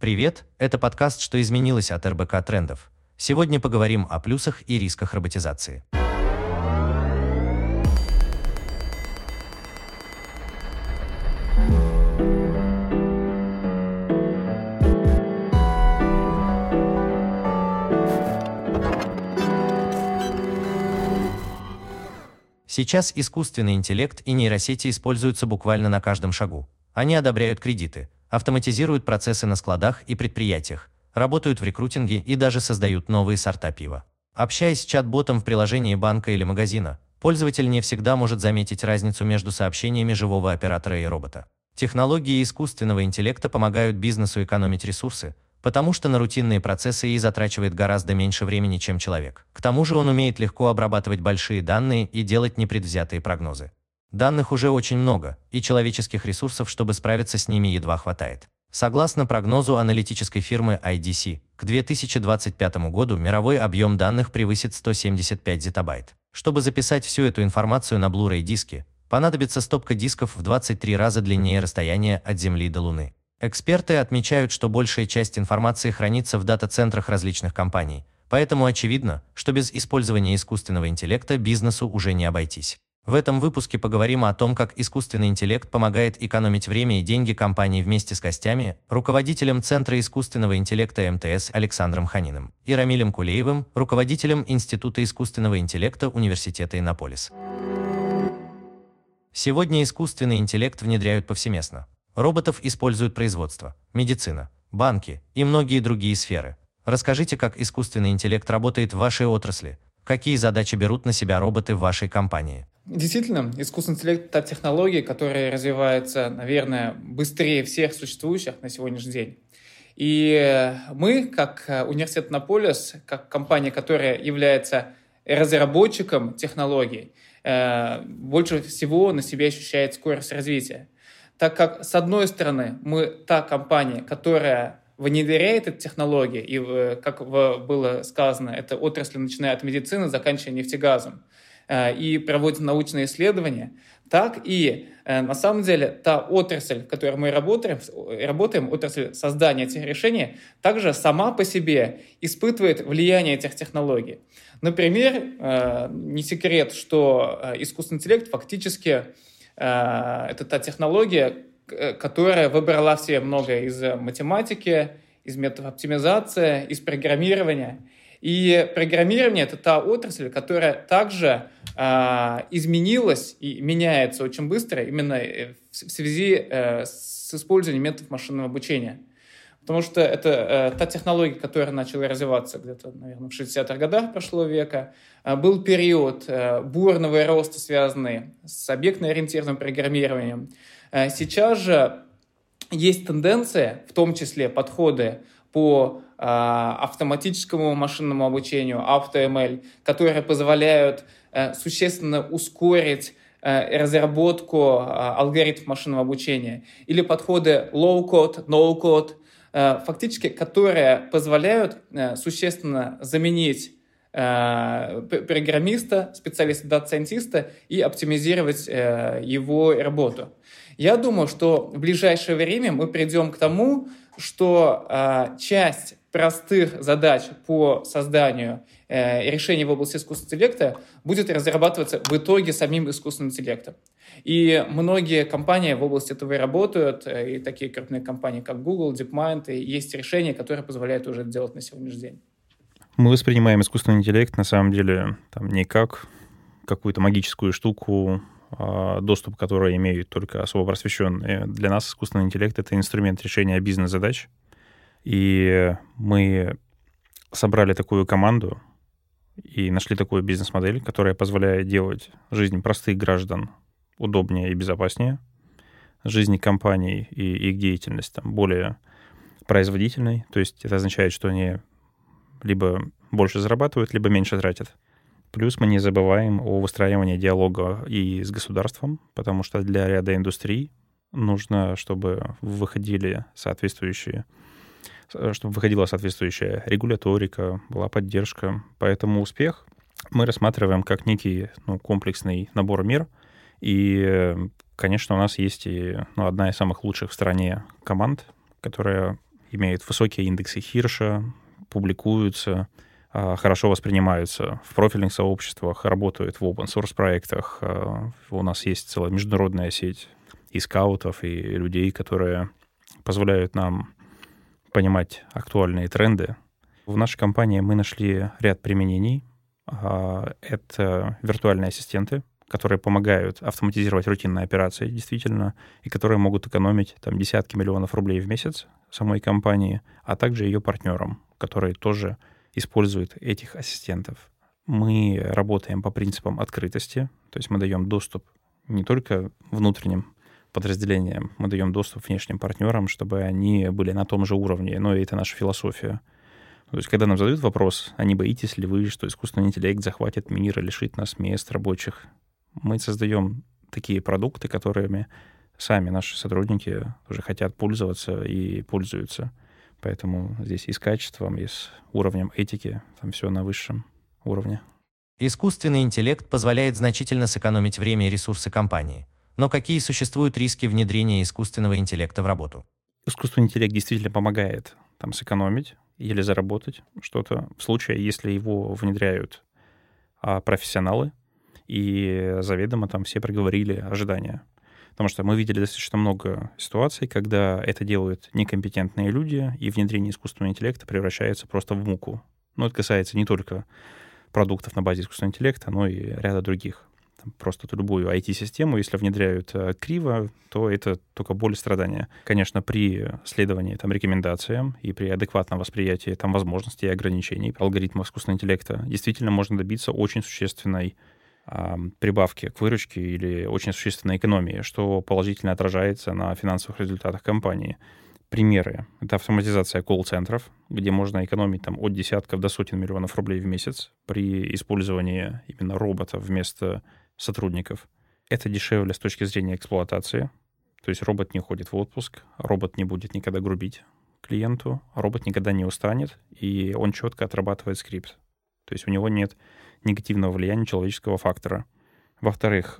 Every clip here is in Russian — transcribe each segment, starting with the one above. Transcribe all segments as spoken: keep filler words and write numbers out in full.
Привет, это подкаст «Что изменилось» от эр бэ ка Трендов. Сегодня поговорим о плюсах и рисках роботизации. Сейчас искусственный интеллект и нейросети используются буквально на каждом шагу. Они одобряют кредиты, автоматизируют процессы на складах и предприятиях, работают в рекрутинге и даже создают новые сорта пива. Общаясь с чат-ботом в приложении банка или магазина, пользователь не всегда может заметить разницу между сообщениями живого оператора и робота. Технологии искусственного интеллекта помогают бизнесу экономить ресурсы, потому что на рутинные процессы и затрачивает гораздо меньше времени, чем человек. К тому же он умеет легко обрабатывать большие данные и делать непредвзятые прогнозы. Данных уже очень много, и человеческих ресурсов, чтобы справиться с ними, едва хватает. Согласно прогнозу аналитической фирмы ай ди си, к две тысячи двадцать пятому году мировой объем данных превысит сто семьдесят пять зеттабайт. Чтобы записать всю эту информацию на Blu-ray диске, понадобится стопка дисков в двадцать три раза длиннее расстояния от Земли до Луны. Эксперты отмечают, что большая часть информации хранится в дата-центрах различных компаний, поэтому очевидно, что без использования искусственного интеллекта бизнесу уже не обойтись. В этом выпуске поговорим о том, как искусственный интеллект помогает экономить время и деньги компании вместе с гостями, руководителем Центра искусственного интеллекта эм тэ эс Александром Ханиным и Рамилем Кулеевым, руководителем Института искусственного интеллекта Университета Иннополис. Сегодня искусственный интеллект внедряют повсеместно. Роботов используют производство, медицина, банки и многие другие сферы. Расскажите, как искусственный интеллект работает в вашей отрасли, какие задачи берут на себя роботы в вашей компании. Действительно, искусственный интеллект – это технология, которая развивается, наверное, быстрее всех существующих на сегодняшний день. И мы, как университет Иннополис, как компания, которая является разработчиком технологий, больше всего на себе ощущает скорость развития. Так как, с одной стороны, мы та компания, которая внедряет эти технологии, и, как было сказано, это отрасль, начиная от медицины, заканчивая нефтегазом, и проводит научные исследования, так и, на самом деле, та отрасль, в которой мы работаем, работаем, отрасль создания этих решений, также сама по себе испытывает влияние этих технологий. Например, не секрет, что искусственный интеллект фактически это та технология, которая выбрала все многое из математики, из методов оптимизации, из программирования. И программирование – это та отрасль, которая также э, изменилась и меняется очень быстро именно в связи э, с использованием методов машинного обучения. Потому что это э, та технология, которая начала развиваться где-то, наверное, в шестидесятых годах прошлого века. Э, был период э, бурного роста, связанный с объектно-ориентированным программированием. Э, сейчас же есть тенденция, в том числе подходы по э, автоматическому машинному обучению, AutoML, эм эль, которые позволяют э, существенно ускорить э, разработку э, алгоритмов машинного обучения. Или подходы low-code, no-code, фактически, которые позволяют э, существенно заменить э, программиста, специалиста, дата-сайентиста и оптимизировать э, его работу. Я думаю, что в ближайшее время мы придем к тому, что э, часть простых задач по созданию э, решений в области искусственного интеллекта будет разрабатываться в итоге самим искусственным интеллектом. И многие компании в области этого и работают, и такие крупные компании, как Google, DeepMind, и есть решения, которые позволяют уже это делать на сегодняшний день. Мы воспринимаем искусственный интеллект, на самом деле, там, не как какую-то магическую штуку, доступ к которой имеют только особо просвещенные. Для нас искусственный интеллект — это инструмент решения бизнес-задач. И мы собрали такую команду и нашли такую бизнес-модель, которая позволяет делать жизнь простых граждан удобнее и безопаснее, жизни компаний и их деятельность там более производительной. То есть это означает, что они либо больше зарабатывают, либо меньше тратят. Плюс мы не забываем о выстраивании диалога и с государством, потому что для ряда индустрий нужно, чтобы выходили соответствующие, чтобы выходила соответствующая регуляторика, была поддержка. Поэтому успех мы рассматриваем как некий ну, комплексный набор мер. И, конечно, у нас есть и ну, одна из самых лучших в стране команд, которая имеют высокие индексы Хирша, публикуются, хорошо воспринимаются в профильных сообществах, работают в open-source проектах. У нас есть целая международная сеть и скаутов, и людей, которые позволяют нам понимать актуальные тренды. В нашей компании мы нашли ряд применений. Это виртуальные ассистенты, которые помогают автоматизировать рутинные операции, действительно, и которые могут экономить там, десятки миллионов рублей в месяц самой компании, а также ее партнерам, которые тоже используют этих ассистентов. Мы работаем по принципам открытости, то есть мы даем доступ не только внутренним подразделениям, мы даем доступ внешним партнерам, чтобы они были на том же уровне, но это наша философия. То есть когда нам задают вопрос, а не боитесь ли вы, что искусственный интеллект захватит мир и лишит нас мест рабочих, мы создаем такие продукты, которыми сами наши сотрудники уже хотят пользоваться и пользуются. Поэтому здесь и с качеством, и с уровнем этики, там все на высшем уровне. Искусственный интеллект позволяет значительно сэкономить время и ресурсы компании. Но какие существуют риски внедрения искусственного интеллекта в работу? Искусственный интеллект действительно помогает там сэкономить или заработать что-то в случае, если его внедряют а, профессионалы, и заведомо там все проговорили ожидания. Потому что мы видели достаточно много ситуаций, когда это делают некомпетентные люди, и внедрение искусственного интеллекта превращается просто в муку. Но это касается не только продуктов на базе искусственного интеллекта, но и ряда других. Там просто любую ай ти-систему, если внедряют криво, то это только боль и страдания. Конечно, при следовании там, рекомендациям и при адекватном восприятии там, возможностей и ограничений алгоритмов искусственного интеллекта действительно можно добиться очень существенной прибавки к выручке или очень существенной экономии, что положительно отражается на финансовых результатах компании. Примеры. Это автоматизация колл-центров, где можно экономить там, от десятков до сотен миллионов рублей в месяц при использовании именно роботов вместо сотрудников. Это дешевле с точки зрения эксплуатации. То есть робот не уходит в отпуск, робот не будет никогда грубить клиенту, робот никогда не устанет, и он четко отрабатывает скрипт. То есть у него нет негативного влияния человеческого фактора. Во-вторых,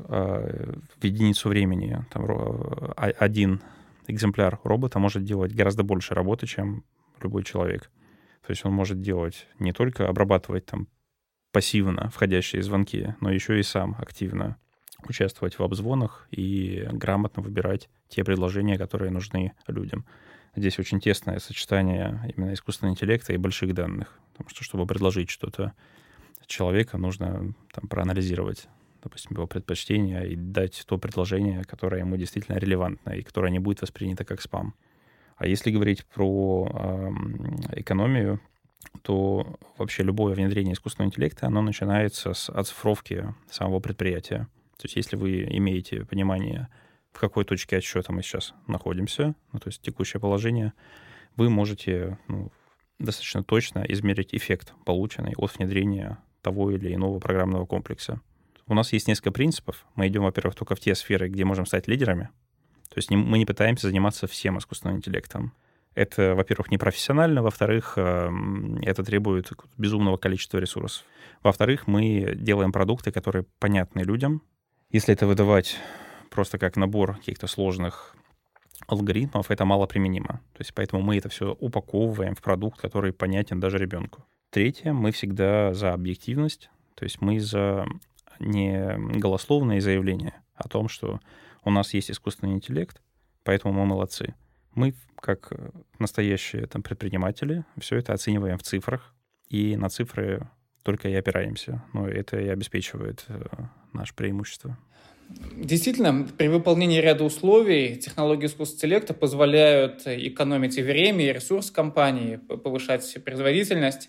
в единицу времени там, один экземпляр робота может делать гораздо больше работы, чем любой человек. То есть он может делать не только обрабатывать там, пассивно входящие звонки, но еще и сам активно участвовать в обзвонах и грамотно выбирать те предложения, которые нужны людям. Здесь очень тесное сочетание именно искусственного интеллекта и больших данных. Потому что, чтобы предложить что-то человека, нужно там, проанализировать, допустим, его предпочтения и дать то предложение, которое ему действительно релевантно и которое не будет воспринято как спам. А если говорить про э, экономию, то вообще любое внедрение искусственного интеллекта, оно начинается с оцифровки самого предприятия. То есть если вы имеете понимание, в какой точке отсчета мы сейчас находимся, ну, то есть текущее положение, вы можете ну, достаточно точно измерить эффект, полученный от внедрения того или иного программного комплекса. У нас есть несколько принципов. Мы идем, во-первых, только в те сферы, где можем стать лидерами. То есть мы не пытаемся заниматься всем искусственным интеллектом. Это, во-первых, непрофессионально, во-вторых, это требует безумного количества ресурсов. Во-вторых, мы делаем продукты, которые понятны людям. Если это выдавать просто как набор каких-то сложных алгоритмов, это мало применимо. То есть поэтому мы это все упаковываем в продукт, который понятен даже ребенку. Третье, мы всегда за объективность, то есть мы за не голословные заявления о том, что у нас есть искусственный интеллект, поэтому мы молодцы. Мы, как настоящие там, предприниматели, все это оцениваем в цифрах, и на цифры только и опираемся. Но это и обеспечивает э, наше преимущество. Действительно, при выполнении ряда условий технологии искусственного интеллекта позволяют экономить и время, и ресурс компании, повышать производительность.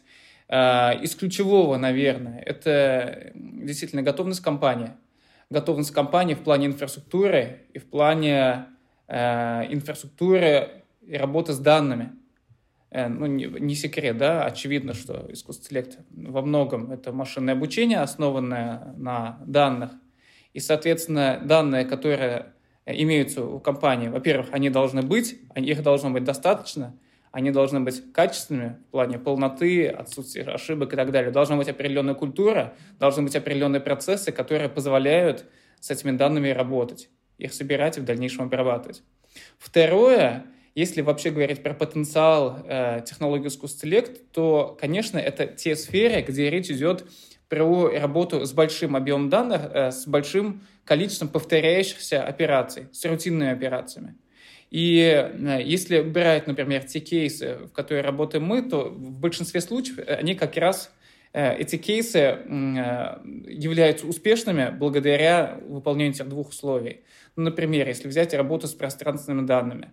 Из ключевого, наверное, это действительно готовность компании. Готовность компании в плане инфраструктуры и в плане э, инфраструктуры и работы с данными. Э, ну, не, не секрет, да, очевидно, что искусственный интеллект во многом это машинное обучение, основанное на данных. И, соответственно, данные, которые имеются у компании, во-первых, они должны быть, их должно быть достаточно, они должны быть качественными в плане полноты, отсутствия ошибок и так далее. Должна быть определенная культура, должны быть определенные процессы, которые позволяют с этими данными работать, их собирать и в дальнейшем обрабатывать. Второе, Если вообще говорить про потенциал э, технологии искусственного интеллекта, то, конечно, это те сферы, где речь идет про работу с большим объемом данных, э, с большим количеством повторяющихся операций, с рутинными операциями. И э, если брать, например, те кейсы, в которые работаем мы, то в большинстве случаев они как раз, э, эти кейсы э, являются успешными благодаря выполнению этих двух условий. Ну, например, если взять работу с пространственными данными,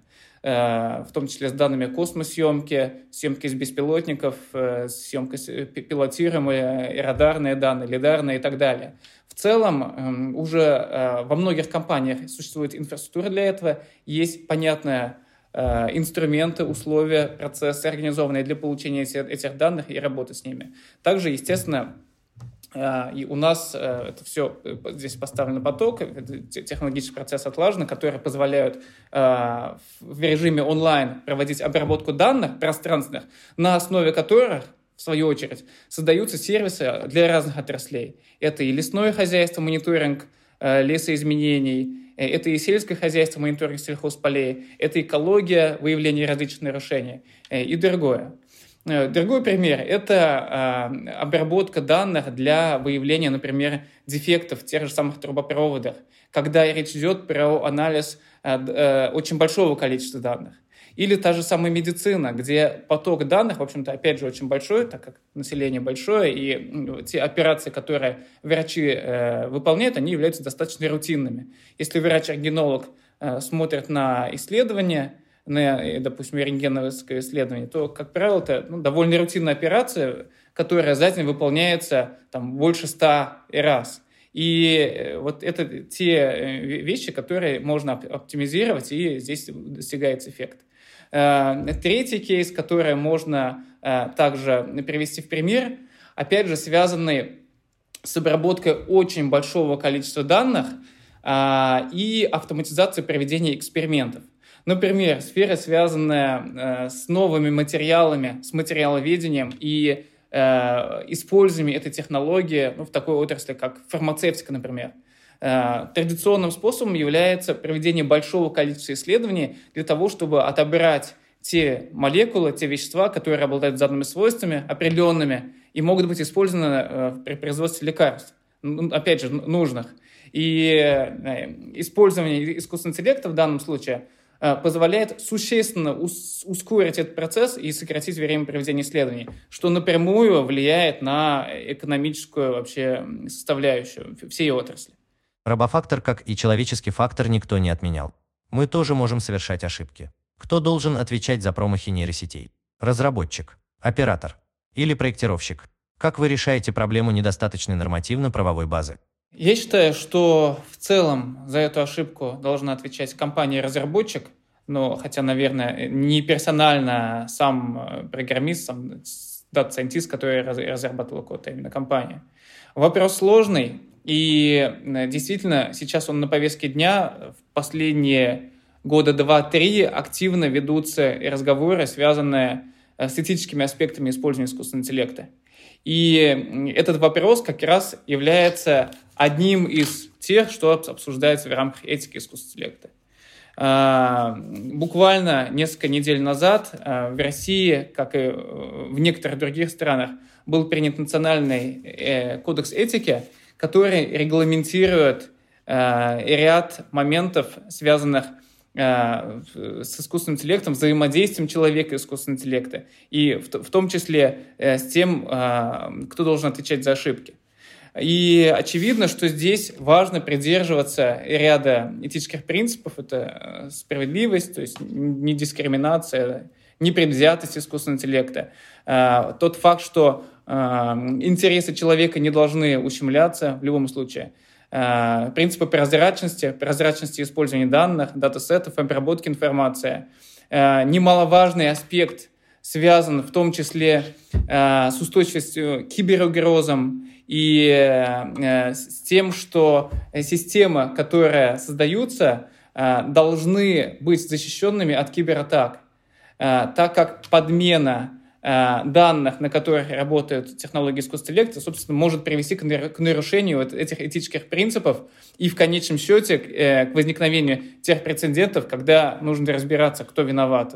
в том числе с данными космосъемки, съемки с беспилотников, съемка пилотируемые, радарные данные, лидарные и так далее. В целом уже во многих компаниях существует инфраструктура для этого, есть понятные инструменты, условия, процессы, организованные для получения этих данных и работы с ними. Также, естественно, и у нас это все здесь поставлено на поток, технологический процесс отлажен, которые позволяют в режиме онлайн проводить обработку данных пространственных, на основе которых, в свою очередь, создаются сервисы для разных отраслей. Это и лесное хозяйство, мониторинг лесоизменений, это и сельское хозяйство, мониторинг сельхозполей, это экология, выявление различных нарушений и другое. Другой пример – это э, обработка данных для выявления, например, дефектов в тех же самых трубопроводах, когда речь идет про анализ э, э, очень большого количества данных. Или та же самая медицина, где поток данных, в общем-то, опять же, очень большой, так как население большое, и ну, те операции, которые врачи э, выполняют, они являются достаточно рутинными. Если врач-рентгенолог э, смотрит на исследования, на, допустим, рентгеновое исследование, то, как правило, это ну, довольно рутинная операция, которая за день выполняется там, больше ста раз. И вот это те вещи, которые можно оптимизировать, и здесь достигается эффект. Третий кейс, который можно также привести в пример, опять же, связанный с обработкой очень большого количества данных и автоматизацией проведения экспериментов. Например, сфера, связанная э, с новыми материалами, с материаловедением и э, использованием этой технологии ну, в такой отрасли, как фармацевтика, например. Э, традиционным способом является проведение большого количества исследований для того, чтобы отобрать те молекулы, те вещества, которые обладают заданными свойствами определенными и могут быть использованы э, при производстве лекарств, ну, опять же, нужных. И э, использование искусственного интеллекта в данном случае позволяет существенно ускорить этот процесс и сократить время проведения исследований, что напрямую влияет на экономическую вообще составляющую всей отрасли. Робофактор, как и человеческий фактор, никто не отменял. Мы тоже можем совершать ошибки. Кто должен отвечать за промахи нейросетей? Разработчик, оператор или проектировщик? Как вы решаете проблему недостаточной нормативно-правовой базы? Я считаю, что в целом за эту ошибку должна отвечать компания-разработчик, но хотя, наверное, не персонально сам программист, сам дата-сайентист, который разрабатывал код, а именно компания. Вопрос сложный, и действительно сейчас он на повестке дня. В последние года два-три активно ведутся разговоры, связанные с этическими аспектами использования искусственного интеллекта. И этот вопрос как раз является одним из тех, что обсуждается в рамках этики искусственного интеллекта. Буквально несколько недель назад в России, как и в некоторых других странах, был принят национальный кодекс этики, который регламентирует ряд моментов, связанных с искусственным интеллектом, взаимодействием человека и искусственного интеллекта, и в, в том числе с тем, кто должен отвечать за ошибки. И очевидно, что здесь важно придерживаться ряда этических принципов. Это справедливость, то есть недискриминация, непредвзятость искусственного интеллекта. Тот факт, что интересы человека не должны ущемляться в любом случае. Принципы прозрачности, прозрачности использования данных, датасетов, обработки информации. Немаловажный аспект связан в том числе с устойчивостью к киберугрозам и с тем, что системы, которые создаются, должны быть защищенными от кибератак, так как подмена данных, на которых работают технологии искусственного интеллекта, собственно, может привести к нарушению вот этих этических принципов и в конечном счете к возникновению тех прецедентов, когда нужно разбираться, кто виноват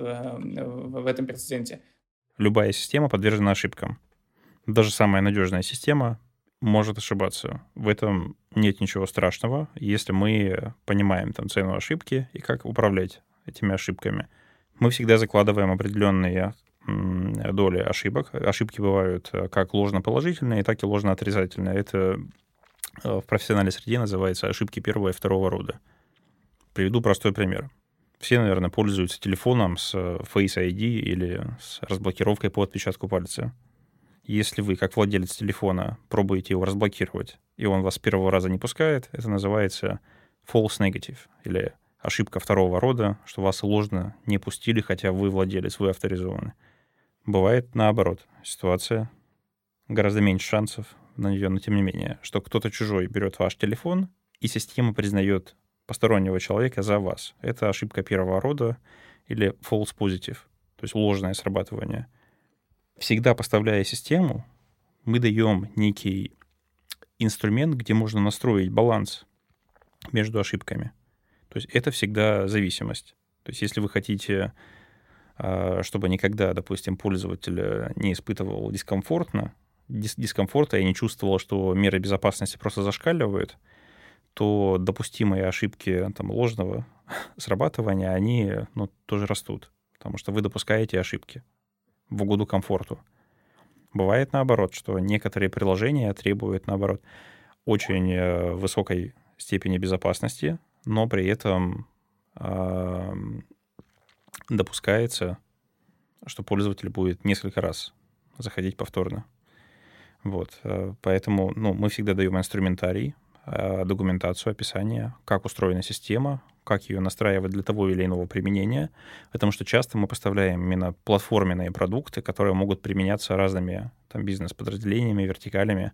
в этом прецеденте. Любая система подвержена ошибкам. Даже самая надежная система может ошибаться. В этом нет ничего страшного, если мы понимаем там цену ошибки и как управлять этими ошибками. Мы всегда закладываем определенные доли ошибок. Ошибки бывают как ложноположительные, так и ложноотрицательные. Это в профессиональной среде называется ошибки первого и второго рода. Приведу простой пример. Все, наверное, пользуются телефоном с Face ай ди или с разблокировкой по отпечатку пальца. Если вы, как владелец телефона, пробуете его разблокировать, и он вас с первого раза не пускает, это называется false negative, или ошибка второго рода, что вас ложно не пустили, хотя вы владелец, вы авторизованы. Бывает наоборот. Ситуация, гораздо меньше шансов на нее, но тем не менее, что кто-то чужой берет ваш телефон, и система признает постороннего человека за вас. Это ошибка первого рода или false positive, то есть ложное срабатывание. Всегда поставляя систему, мы даем некий инструмент, где можно настроить баланс между ошибками. То есть это всегда зависимость. То есть если вы хотите, чтобы никогда, допустим, пользователь не испытывал дискомфортно, дис- дискомфорта и не чувствовал, что меры безопасности просто зашкаливают, то допустимые ошибки там, ложного срабатывания, они ну, тоже растут, потому что вы допускаете ошибки в угоду комфорту. Бывает наоборот, что некоторые приложения требуют, наоборот, очень высокой степени безопасности, но при этом э, допускается, что пользователь будет несколько раз заходить повторно. Вот. Поэтому ну, мы всегда даем инструментарий, документацию, описание, как устроена система, как ее настраивать для того или иного применения, потому что часто мы поставляем именно платформенные продукты, которые могут применяться разными там, бизнес-подразделениями, вертикалями,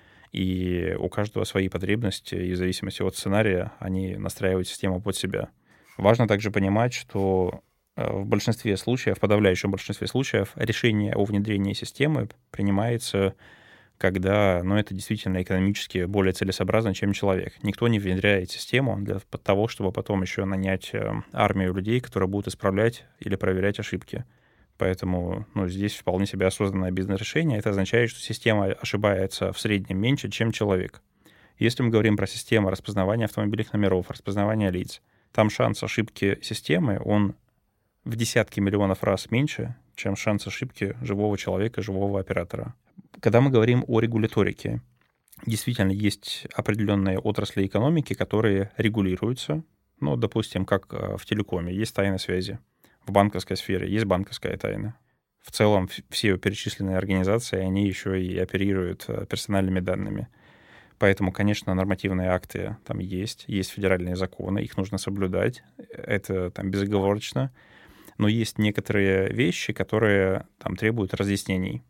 и у каждого свои потребности, и в зависимости от сценария они настраивают систему под себя. Важно также понимать, что в большинстве случаев, в подавляющем большинстве случаев, решение о внедрении системы принимается, когда ну, это действительно экономически более целесообразно, чем человек. Никто не внедряет систему для того, чтобы потом еще нанять армию людей, которые будут исправлять или проверять ошибки. Поэтому ну, здесь вполне себе осознанное бизнес-решение. Это означает, что система ошибается в среднем меньше, чем человек. Если мы говорим про систему распознавания автомобильных номеров, распознавания лиц, там шанс ошибки системы, он в десятки миллионов раз меньше, чем шанс ошибки живого человека, живого оператора. Когда мы говорим о регуляторике, действительно есть определенные отрасли экономики, которые регулируются. Ну, допустим, как в телекоме, есть тайна связи. В банковской сфере есть банковская тайна. В целом все перечисленные организации, они еще и оперируют персональными данными. Поэтому, конечно, нормативные акты там есть, есть федеральные законы, их нужно соблюдать, это там безоговорочно. Но есть некоторые вещи, которые там требуют разъяснений.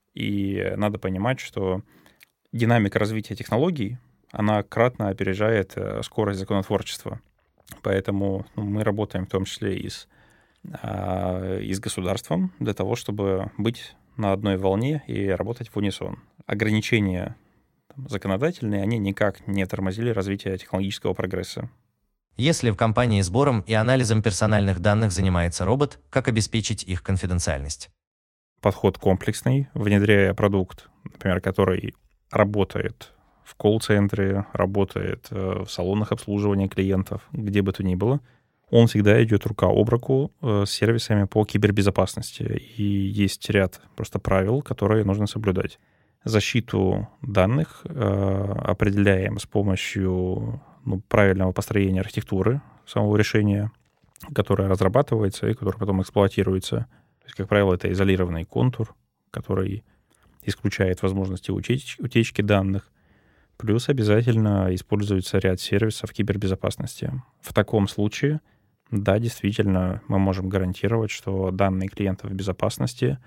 И надо понимать, что динамика развития технологий, она кратно опережает скорость законотворчества. Поэтому ну, мы работаем в том числе и с, а, и с государством для того, чтобы быть на одной волне и работать в унисон. Ограничения там, законодательные, они никак не тормозили развитие технологического прогресса. Если в компании сбором и анализом персональных данных занимается робот, как обеспечить их конфиденциальность? Подход комплексный, внедряя продукт, например, который работает в колл-центре, работает в салонах обслуживания клиентов, где бы то ни было, он всегда идет рука об руку с сервисами по кибербезопасности. И есть ряд просто правил, которые нужно соблюдать. Защиту данных э, определяем с помощью ну, правильного построения архитектуры самого решения, которое разрабатывается и которое потом эксплуатируется. То есть, как правило, это изолированный контур, который исключает возможности утеч- утечки данных. Плюс обязательно используется ряд сервисов кибербезопасности. В таком случае, да, действительно, мы можем гарантировать, что данные клиента в безопасности,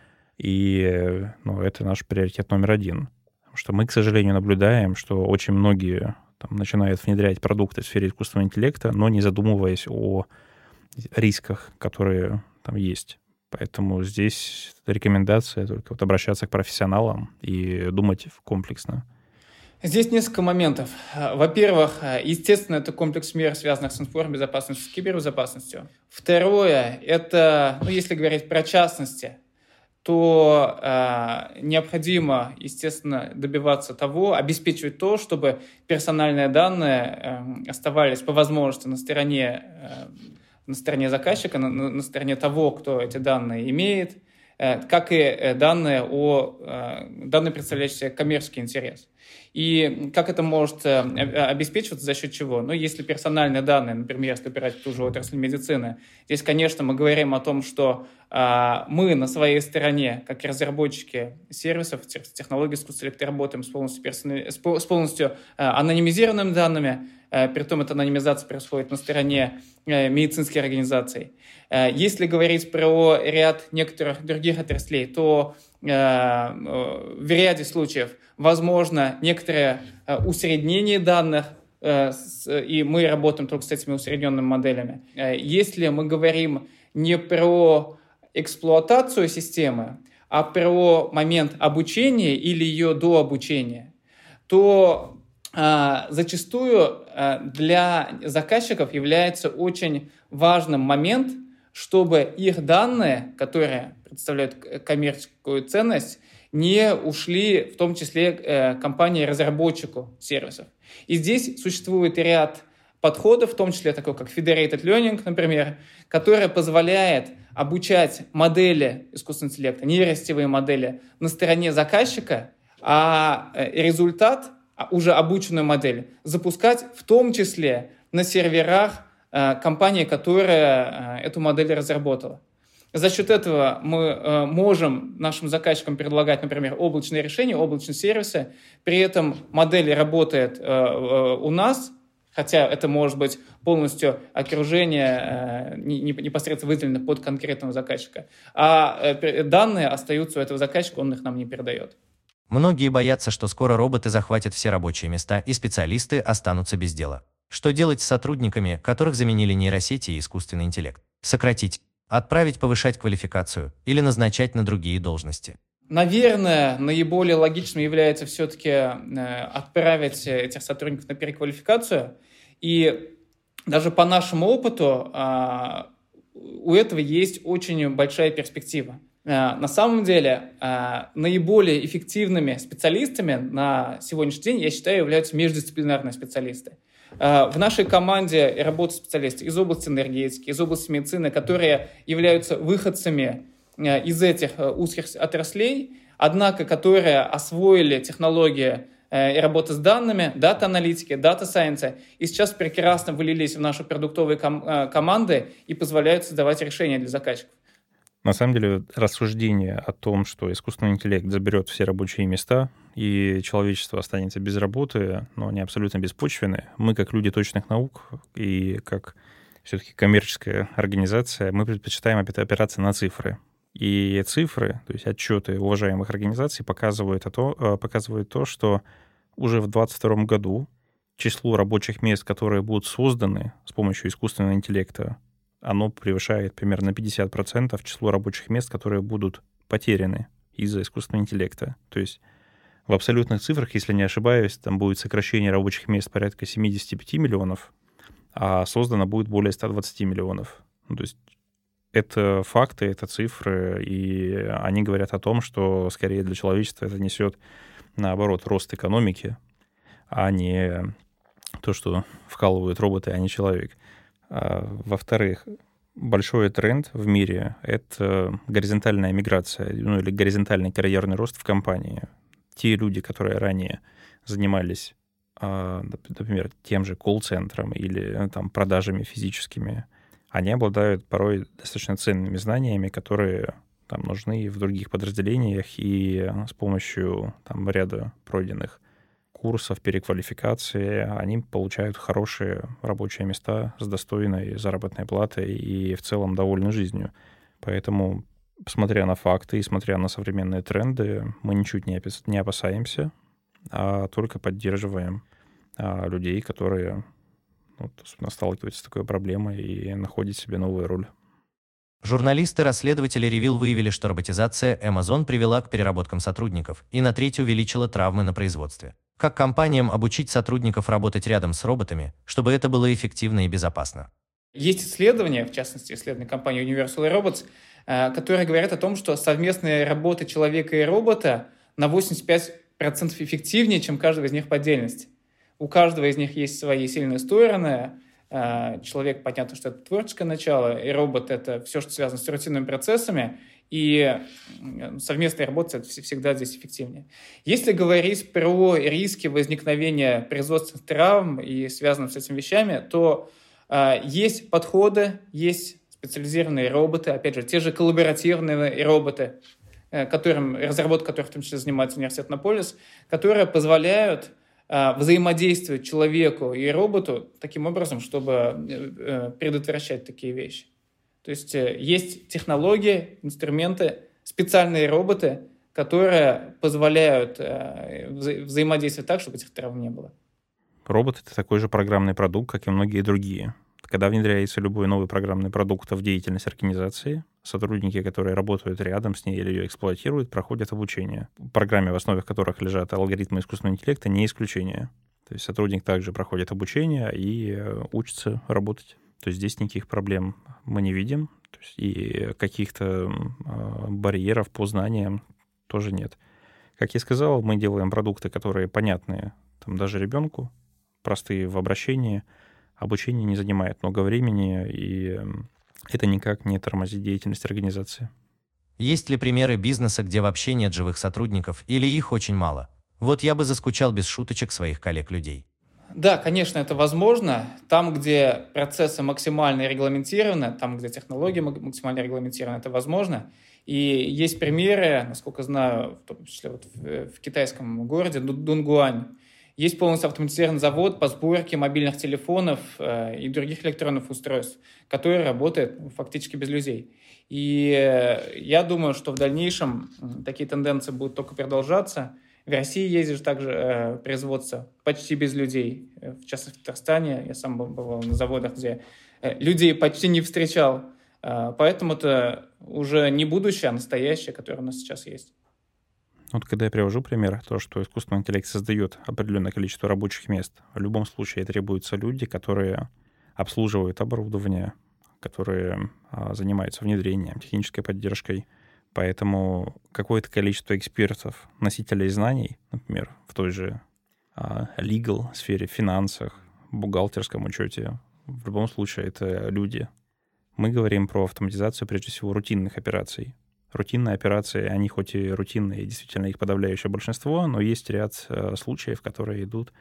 и ну, это наш приоритет номер один. Потому что мы, к сожалению, наблюдаем, что очень многие там, начинают внедрять продукты в сфере искусственного интеллекта, но не задумываясь о рисках, которые там есть. Поэтому здесь рекомендация только вот обращаться к профессионалам и думать комплексно. Здесь несколько моментов. Во-первых, естественно, это комплекс мер, связанных с информбезопасностью, с кибербезопасностью. Второе, это, ну, если говорить про частности, то э, необходимо, естественно, добиваться того, обеспечивать то, чтобы персональные данные э, оставались по возможности на стороне, э, на стороне заказчика, на, на стороне того, кто эти данные имеет, э, как и данные, о, э, данные, представляющие коммерческий интерес. И как это может э, обеспечиваться, за счет чего? Ну, если персональные данные, например, если опирать в ту же отрасль медицины, здесь, конечно, мы говорим о том, что э, мы на своей стороне, как разработчики сервисов, технологий искусственного интеллекта, работаем с полностью, персонали... с полностью э, анонимизированными данными, э, при том эта анонимизация происходит на стороне э, медицинских организаций. Э, если говорить про ряд некоторых других отраслей, то э, э, в ряде случаев возможно некоторое э, усреднение данных, э, с, и мы работаем только с этими усредненными моделями. Э, если мы говорим не про эксплуатацию системы, а про момент обучения или ее дообучения, то э, зачастую э, для заказчиков является очень важным момент, чтобы их данные, которые представляют коммерческую ценность, не ушли, в том числе, э, компании-разработчику сервисов. И здесь существует ряд подходов, в том числе такой, как Federated Learning, например, который позволяет обучать модели искусственного интеллекта, нейросетевые модели на стороне заказчика, а результат, уже обученную модель, запускать в том числе на серверах э, компании, которая э, эту модель разработала. За счет этого мы э, можем нашим заказчикам предлагать, например, облачные решения, облачные сервисы. При этом модель работает э, э, у нас, хотя это может быть полностью окружение э, не, не, непосредственно выделено под конкретного заказчика. А э, данные остаются у этого заказчика, он их нам не передает. Многие боятся, что скоро роботы захватят все рабочие места и специалисты останутся без дела. Что делать с сотрудниками, которых заменили нейросети и искусственный интеллект? Сократить? Отправить повышать квалификацию или назначать на другие должности? Наверное, наиболее логичным является все-таки отправить этих сотрудников на переквалификацию. И даже по нашему опыту у этого есть очень большая перспектива. На самом деле, наиболее эффективными специалистами на сегодняшний день, я считаю, являются междисциплинарные специалисты. В нашей команде работают специалисты из области энергетики, из области медицины, которые являются выходцами из этих узких отраслей, однако которые освоили технологии и работы с данными, дата-аналитики, дата-сайенса, и сейчас прекрасно вылились в наши продуктовые ком- команды и позволяют создавать решения для заказчиков. На самом деле, рассуждение о том, что искусственный интеллект заберет все рабочие места, и человечество останется без работы, но они абсолютно беспочвенны. Мы, как люди точных наук и как все-таки коммерческая организация, мы предпочитаем опираться на цифры. И цифры, то есть отчеты уважаемых организаций, показывают то, показывают то, что уже в двадцать втором году число рабочих мест, которые будут созданы с помощью искусственного интеллекта, оно превышает примерно пятьдесят процентов число рабочих мест, которые будут потеряны из-за искусственного интеллекта. То есть в абсолютных цифрах, если не ошибаюсь, там будет сокращение рабочих мест порядка семьдесят пять миллионов, а создано будет более ста двадцати миллионов. Ну, то есть это факты, это цифры, и они говорят о том, что скорее для человечества это несет, наоборот, рост экономики, а не то, что вкалывают роботы, а не человек. Во-вторых, большой тренд в мире — это горизонтальная миграция, ну или горизонтальный карьерный рост в компании. Те люди, которые ранее занимались, например, тем же колл-центром или там, продажами физическими, они обладают порой достаточно ценными знаниями, которые там, нужны в других подразделениях, и с помощью там, ряда пройденных курсов, переквалификации, они получают хорошие рабочие места с достойной заработной платой и в целом довольны жизнью. Поэтому, смотря на факты и смотря на современные тренды, мы ничуть не опасаемся, а только поддерживаем а, людей, которые ну, сталкиваются с такой проблемой и находят себе новую роль. Журналисты-расследователи Ревил выявили, что роботизация Amazon привела к переработкам сотрудников и на треть увеличила травмы на производстве. Как компаниям обучить сотрудников работать рядом с роботами, чтобы это было эффективно и безопасно? Есть исследования, в частности, исследования компании Universal Robots, которые говорят о том, что совместная работа человека и робота на восемьдесят пять процентов эффективнее, чем каждого из них по отдельности. У каждого из них есть свои сильные стороны. Человек, понятно, что это творческое начало, и робот — это все, что связано с рутинными процессами, и совместная работа — это всегда здесь эффективнее. Если говорить про риски возникновения производственных травм и связанных с этими вещами, то э, есть подходы, есть специализированные роботы, опять же, те же коллаборативные роботы, э, которым, разработка которых в том числе занимается университет Иннополис, которые позволяют взаимодействовать человеку и роботу таким образом, чтобы предотвращать такие вещи. То есть есть технологии, инструменты, специальные роботы, которые позволяют вза- взаимодействовать так, чтобы этих травм не было. Робот — это такой же программный продукт, как и многие другие. Когда внедряется любой новый программный продукт в деятельность организации, сотрудники, которые работают рядом с ней или ее эксплуатируют, проходят обучение. Программы, в основе которых лежат алгоритмы искусственного интеллекта, не исключение. То есть сотрудник также проходит обучение и учится работать. То есть здесь никаких проблем мы не видим, то есть и каких-то барьеров по знаниям тоже нет. Как я сказал, мы делаем продукты, которые понятны там, даже ребенку, простые в обращении. Обучение не занимает много времени, и это никак не тормозит деятельность организации. Есть ли примеры бизнеса, где вообще нет живых сотрудников или их очень мало? Вот я бы заскучал без шуточек своих коллег-людей. Да, конечно, это возможно. Там, где процессы максимально регламентированы, там, где технологии максимально регламентированы, это возможно. И есть примеры, насколько знаю, в том числе вот в, в китайском городе Дунгуань. Есть полностью автоматизированный завод по сборке мобильных телефонов э, и других электронных устройств, который работает фактически без людей. И э, я думаю, что в дальнейшем э, такие тенденции будут только продолжаться. В России есть же также э, производство почти без людей. В частности, в Татарстане я сам бывал на заводах, где э, людей почти не встречал. Э, поэтому это уже не будущее, а настоящее, которое у нас сейчас есть. Вот когда я привожу пример, то, что искусственный интеллект создает определенное количество рабочих мест, в любом случае требуются люди, которые обслуживают оборудование, которые а, занимаются внедрением, технической поддержкой. Поэтому какое-то количество экспертов, носителей знаний, например, в той же а, legal сфере, финансах, бухгалтерском учете, в любом случае это люди. Мы говорим про автоматизацию, прежде всего, рутинных операций. Рутинные операции, они хоть и рутинные, действительно их подавляющее большинство, но есть ряд э, случаев, которые идут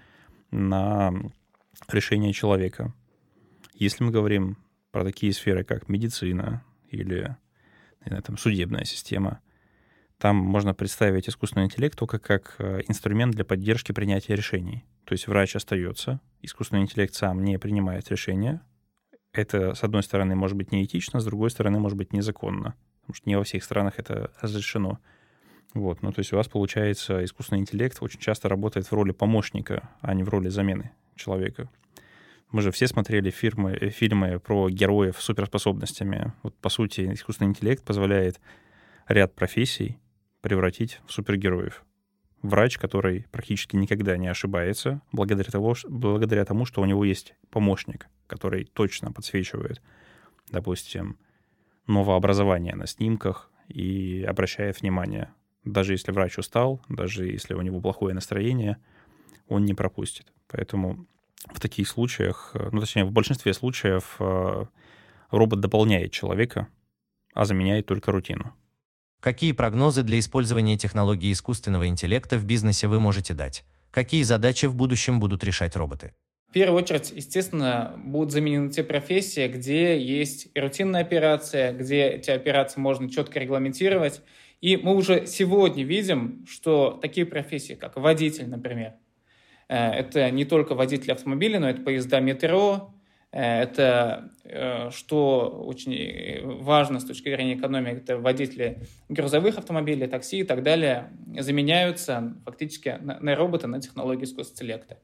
на решение человека. Если мы говорим про такие сферы, как медицина или не знаю, там, судебная система, там можно представить искусственный интеллект только как э, инструмент для поддержки принятия решений. То есть врач остается, искусственный интеллект сам не принимает решения. Это, с одной стороны, может быть неэтично, с другой стороны, может быть незаконно. Потому что не во всех странах это разрешено. Вот. Ну, то есть у вас, получается, искусственный интеллект очень часто работает в роли помощника, а не в роли замены человека. Мы же все смотрели фильмы, фильмы про героев с суперспособностями. Вот, по сути, искусственный интеллект позволяет ряд профессий превратить в супергероев. Врач, который практически никогда не ошибается, благодаря, того, благодаря тому, что у него есть помощник, который точно подсвечивает, допустим, новообразование на снимках и обращает внимание. Даже если врач устал, даже если у него плохое настроение, он не пропустит. Поэтому в таких случаях, ну, точнее, в большинстве случаев робот дополняет человека, а заменяет только рутину. Какие прогнозы для использования технологий искусственного интеллекта в бизнесе вы можете дать? Какие задачи в будущем будут решать роботы? В первую очередь, естественно, будут заменены те профессии, где есть рутинная операция, где эти операции можно четко регламентировать. И мы уже сегодня видим, что такие профессии, как водитель, например, это не только водитель автомобиля, но это поезда метро, Это, что очень важно с точки зрения экономики, это водители грузовых автомобилей, такси и так далее, заменяются фактически на роботы, на технологии искусственного интеллекта.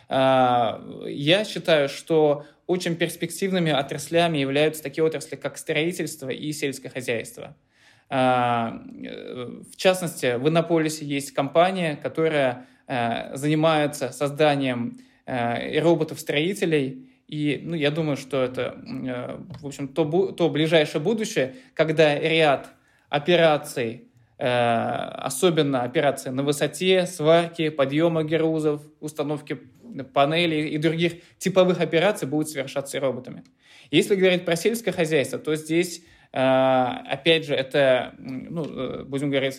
Я считаю, что очень перспективными отраслями являются такие отрасли, как строительство и сельское хозяйство. В частности, в Иннополисе есть компания, которая занимается созданием роботов-строителей. И ну, я думаю, что это, в общем, то, то ближайшее будущее, когда ряд операций, особенно операции на высоте, сварки, подъема грузов, установки панелей и других типовых операций будут совершаться роботами. Если говорить про сельское хозяйство, то здесь, опять же, это, ну, будем говорить,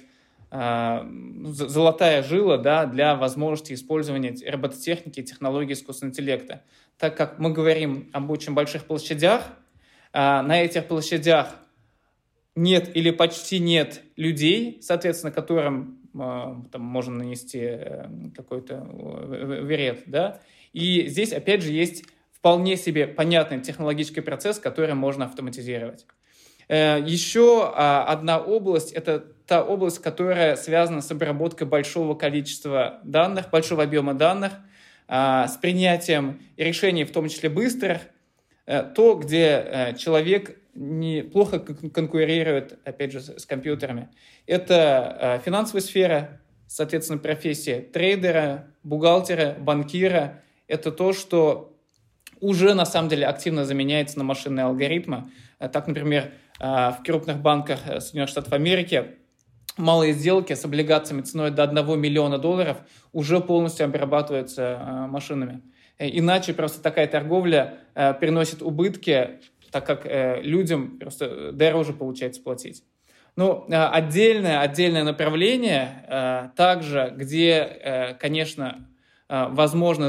золотая жила, да, для возможности использования робототехники и технологий искусственного интеллекта. Так как мы говорим об очень больших площадях, на этих площадях нет или почти нет людей, соответственно, которым там, можно нанести какой-то вред. Да? И здесь, опять же, есть вполне себе понятный технологический процесс, который можно автоматизировать. Еще одна область – это та область, которая связана с обработкой большого количества данных, большого объема данных, с принятием решений, в том числе быстрых, то, где человек неплохо конкурирует, опять же, с компьютерами. Это финансовая сфера, соответственно, профессия трейдера, бухгалтера, банкира. Это то, что уже, на самом деле, активно заменяется на машинные алгоритмы. Так, например, в крупных банках Соединенных Штатов Америки малые сделки с облигациями ценой до одного миллиона долларов уже полностью обрабатываются машинами. Иначе просто такая торговля приносит убытки, так как людям просто дороже получается платить. Ну, отдельное, отдельное направление, также, где, конечно, возможна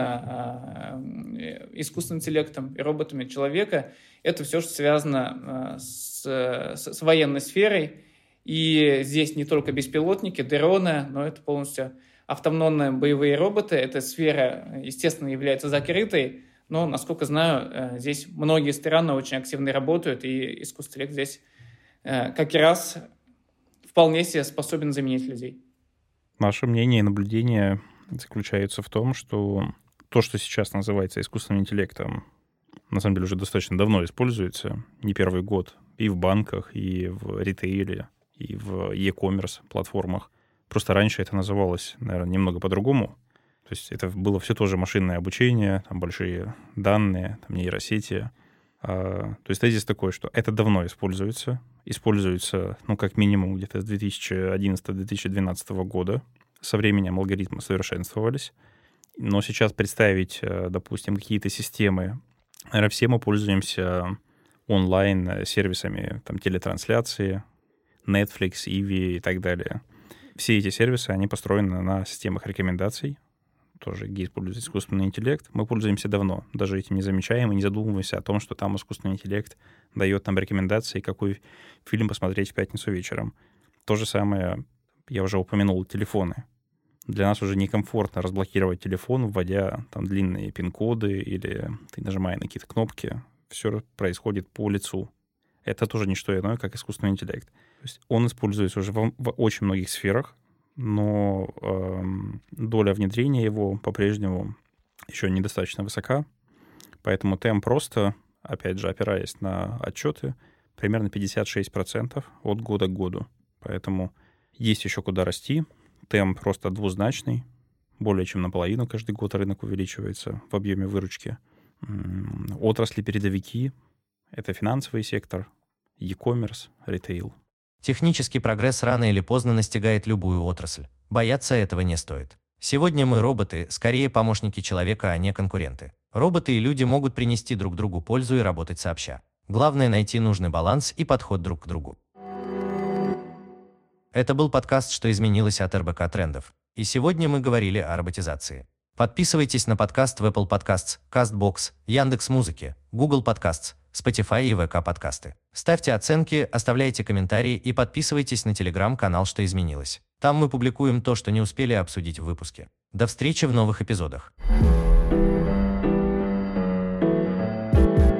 замена искусственным интеллектом и роботами человека, это все, что связано с, с, с военной сферой. И здесь не только беспилотники, дроны, но это полностью автономные боевые роботы. Эта сфера, естественно, является закрытой, но, насколько знаю, здесь многие страны очень активно работают, и искусственный интеллект здесь как раз вполне себе способен заменить людей. Наше мнение и наблюдение заключаются в том, что то, что сейчас называется искусственным интеллектом, на самом деле уже достаточно давно используется, не первый год, и в банках, и в ритейле, и в e-commerce платформах. Просто раньше это называлось, наверное, немного по-другому. То есть это было все тоже машинное обучение, там большие данные, там нейросети. А, то есть тезис такой, что это давно используется. Используется, ну, как минимум, где-то с две тысячи одиннадцатого — две тысячи двенадцатого года. Со временем алгоритмы совершенствовались. Но сейчас представить, допустим, какие-то системы, наверное, все мы пользуемся онлайн-сервисами, там, телетрансляции, Netflix, Иви и так далее. Все эти сервисы, они построены на системах рекомендаций, тоже, где используется искусственный интеллект. Мы пользуемся давно, даже этим не замечаем и не задумываемся о том, что там искусственный интеллект дает нам рекомендации, какой фильм посмотреть в пятницу вечером. То же самое, я уже упомянул, телефоны. Для нас уже некомфортно разблокировать телефон, вводя там длинные пин-коды или ты нажимая на какие-то кнопки. Все происходит по лицу. Это тоже не что иное, как искусственный интеллект. То есть он используется уже в, в очень многих сферах, но э, доля внедрения его по-прежнему еще недостаточно высока. Поэтому темп просто, опять же, опираясь на отчеты, примерно пятьдесят шесть процентов от года к году. Поэтому есть еще куда расти. Темп просто двузначный. Более чем наполовину каждый год рынок увеличивается в объеме выручки. Отрасли-передовики — это финансовый сектор, e-commerce, ритейл. Технический прогресс рано или поздно настигает любую отрасль. Бояться этого не стоит. Сегодня мы роботы, скорее помощники человека, а не конкуренты. Роботы и люди могут принести друг другу пользу и работать сообща. Главное — найти нужный баланс и подход друг к другу. Это был подкаст «Что изменилось» от эр бэ ка Трендов. И сегодня мы говорили о роботизации. Подписывайтесь на подкаст в Apple Podcasts, CastBox, Яндекс.Музыке, Google Podcasts, Spotify и вэ ка подкасты. Ставьте оценки, оставляйте комментарии и подписывайтесь на телеграм-канал «Что изменилось». Там мы публикуем то, что не успели обсудить в выпуске. До встречи в новых эпизодах. Пока.